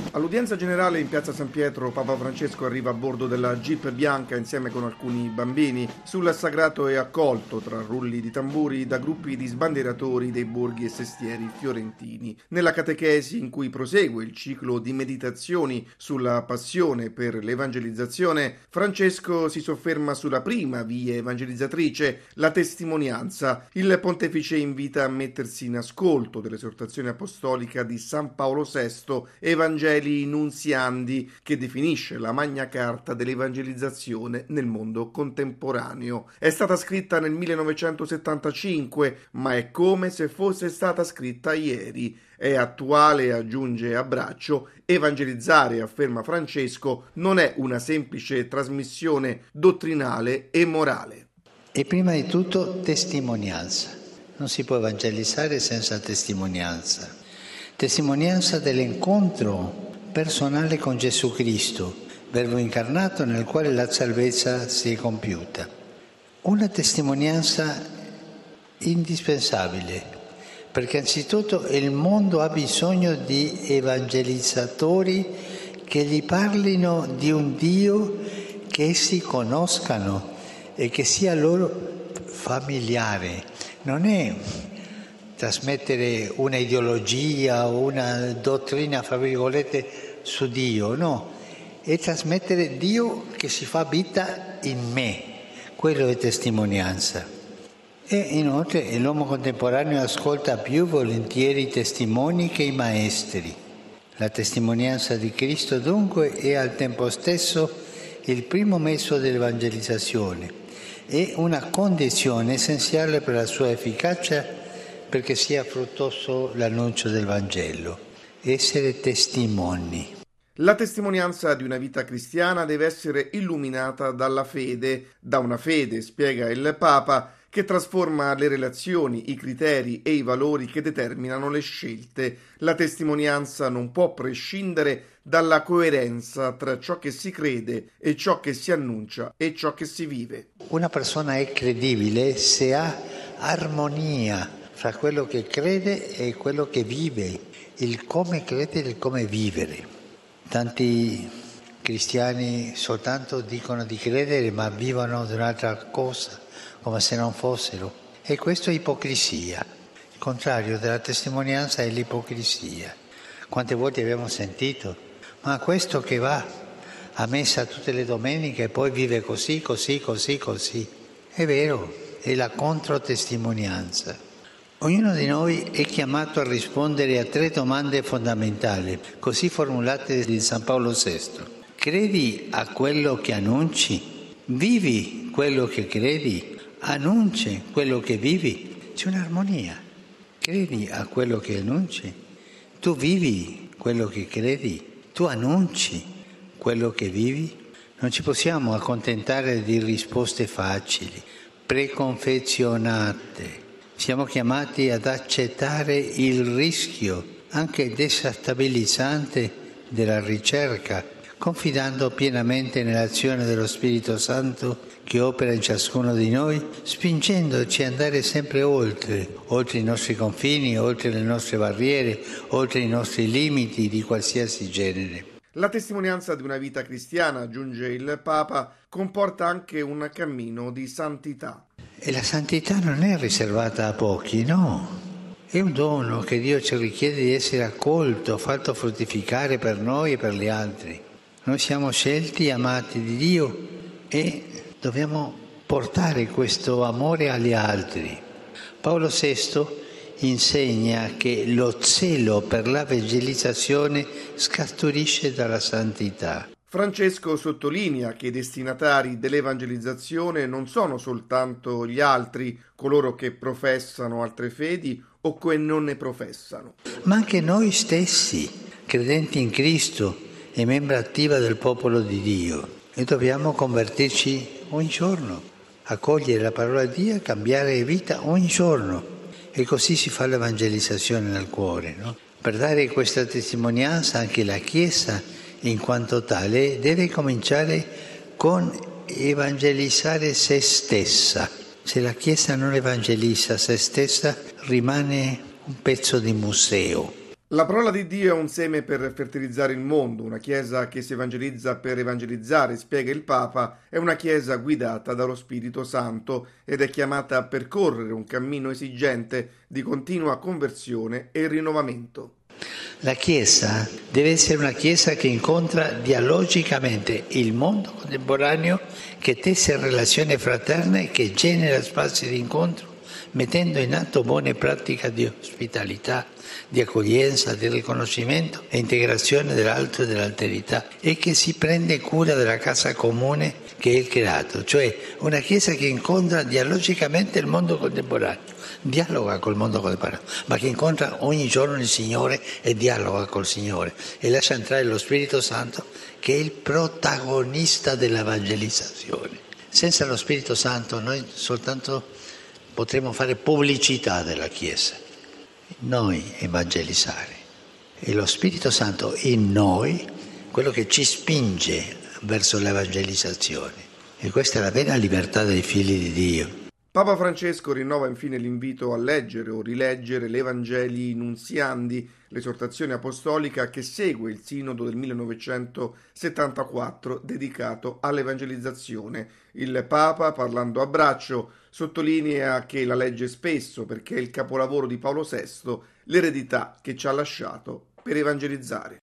All'udienza generale in piazza San Pietro, Papa Francesco arriva a bordo della Jeep bianca insieme con alcuni bambini. Sul Sagrato è accolto tra rulli di tamburi da gruppi di sbandieratori dei borghi e sestieri fiorentini. Nella catechesi, in cui prosegue il ciclo di meditazioni sulla passione per l'evangelizzazione, Francesco si sofferma sulla prima via evangelizzatrice, la testimonianza. Il pontefice invita a mettersi in ascolto dell'esortazione apostolica di San Paolo VI, Evangelii Nuntiandi, che definisce la Magna Carta dell'evangelizzazione nel mondo contemporaneo. È stata scritta nel 1975, ma è come se fosse stata scritta ieri. È attuale, aggiunge a braccio. Evangelizzare, afferma Francesco, non è una semplice trasmissione dottrinale e morale. E prima di tutto testimonianza. Non si può evangelizzare senza testimonianza. Testimonianza dell'incontro personale con Gesù Cristo, Verbo incarnato nel quale la salvezza si è compiuta. Una testimonianza indispensabile, perché anzitutto il mondo ha bisogno di evangelizzatori che gli parlino di un Dio che essi conoscano e che sia loro familiare. Non è trasmettere una ideologia o una dottrina, fra virgolette, su Dio, no, è trasmettere Dio che si fa vita in me, quello è testimonianza. E inoltre l'uomo contemporaneo ascolta più volentieri i testimoni che i maestri. La testimonianza di Cristo dunque è al tempo stesso il primo mezzo dell'evangelizzazione, è una condizione essenziale per la sua efficacia, perché sia fruttuoso l'annuncio del Vangelo, essere testimoni. La testimonianza di una vita cristiana deve essere illuminata dalla fede, da una fede, spiega il Papa, che trasforma le relazioni, i criteri e i valori che determinano le scelte. La testimonianza non può prescindere dalla coerenza tra ciò che si crede e ciò che si annuncia e ciò che si vive. Una persona è credibile se ha armonia fra quello che crede e quello che vive, il come credere e il come vivere. Tanti cristiani soltanto dicono di credere ma vivono di un'altra cosa, come se non fossero. E questo è ipocrisia. Il contrario della testimonianza è l'ipocrisia. Quante volte abbiamo sentito, ma questo che va a messa tutte le domeniche e poi vive così. È vero, è la controtestimonianza. Ognuno di noi è chiamato a rispondere a 3 domande fondamentali, così formulate di San Paolo VI. Credi a quello che annunci? Vivi quello che credi? Annunci quello che vivi? C'è un'armonia. Credi a quello che annunci? Tu vivi quello che credi? Tu annunci quello che vivi? Non ci possiamo accontentare di risposte facili, preconfezionate. Siamo chiamati ad accettare il rischio, anche destabilizzante, della ricerca, confidando pienamente nell'azione dello Spirito Santo che opera in ciascuno di noi, spingendoci ad andare sempre oltre i nostri confini, oltre le nostre barriere, oltre i nostri limiti di qualsiasi genere. La testimonianza di una vita cristiana, aggiunge il Papa, comporta anche un cammino di santità. E la santità non è riservata a pochi, no. È un dono che Dio ci richiede di essere accolto, fatto fruttificare per noi e per gli altri. Noi siamo scelti, amati di Dio e dobbiamo portare questo amore agli altri. Paolo VI insegna che lo zelo per l'evangelizzazione scaturisce dalla santità. Francesco sottolinea che i destinatari dell'evangelizzazione non sono soltanto gli altri, coloro che professano altre fedi o che non ne professano, ma anche noi stessi, credenti in Cristo e membri attiva del popolo di Dio. E dobbiamo convertirci ogni giorno, accogliere la parola di Dio e cambiare vita ogni giorno. E così si fa l'evangelizzazione nel cuore, no? Per dare questa testimonianza anche la Chiesa, in quanto tale, deve cominciare con evangelizzare se stessa. Se la Chiesa non evangelizza se stessa, rimane un pezzo di museo. La parola di Dio è un seme per fertilizzare il mondo, una chiesa che si evangelizza per evangelizzare, spiega il Papa, è una chiesa guidata dallo Spirito Santo ed è chiamata a percorrere un cammino esigente di continua conversione e rinnovamento. La Chiesa deve essere una Chiesa che incontra dialogicamente il mondo contemporaneo, che tesse relazioni fraterne, che genera spazi di incontro, mettendo in atto buone pratiche di ospitalità, di accoglienza, di riconoscimento e integrazione dell'altro e dell'alterità, e che si prende cura della casa comune che è il creato, cioè una Chiesa che incontra dialogicamente il mondo contemporaneo. Dialoga col mondo contemporaneo, ma che incontra ogni giorno il Signore e dialoga col Signore e lascia entrare lo Spirito Santo, che è il protagonista dell'evangelizzazione. Senza lo Spirito Santo noi soltanto potremo fare pubblicità della Chiesa, noi evangelizzare. E lo Spirito Santo in noi, quello che ci spinge verso l'evangelizzazione. E questa è la vera libertà dei figli di Dio. Papa Francesco rinnova infine l'invito a leggere o rileggere l'Evangelii Nuntiandi, l'esortazione apostolica che segue il Sinodo del 1974 dedicato all'evangelizzazione. Il Papa, parlando a braccio, sottolinea che la legge spesso perché è il capolavoro di Paolo VI, l'eredità che ci ha lasciato per evangelizzare.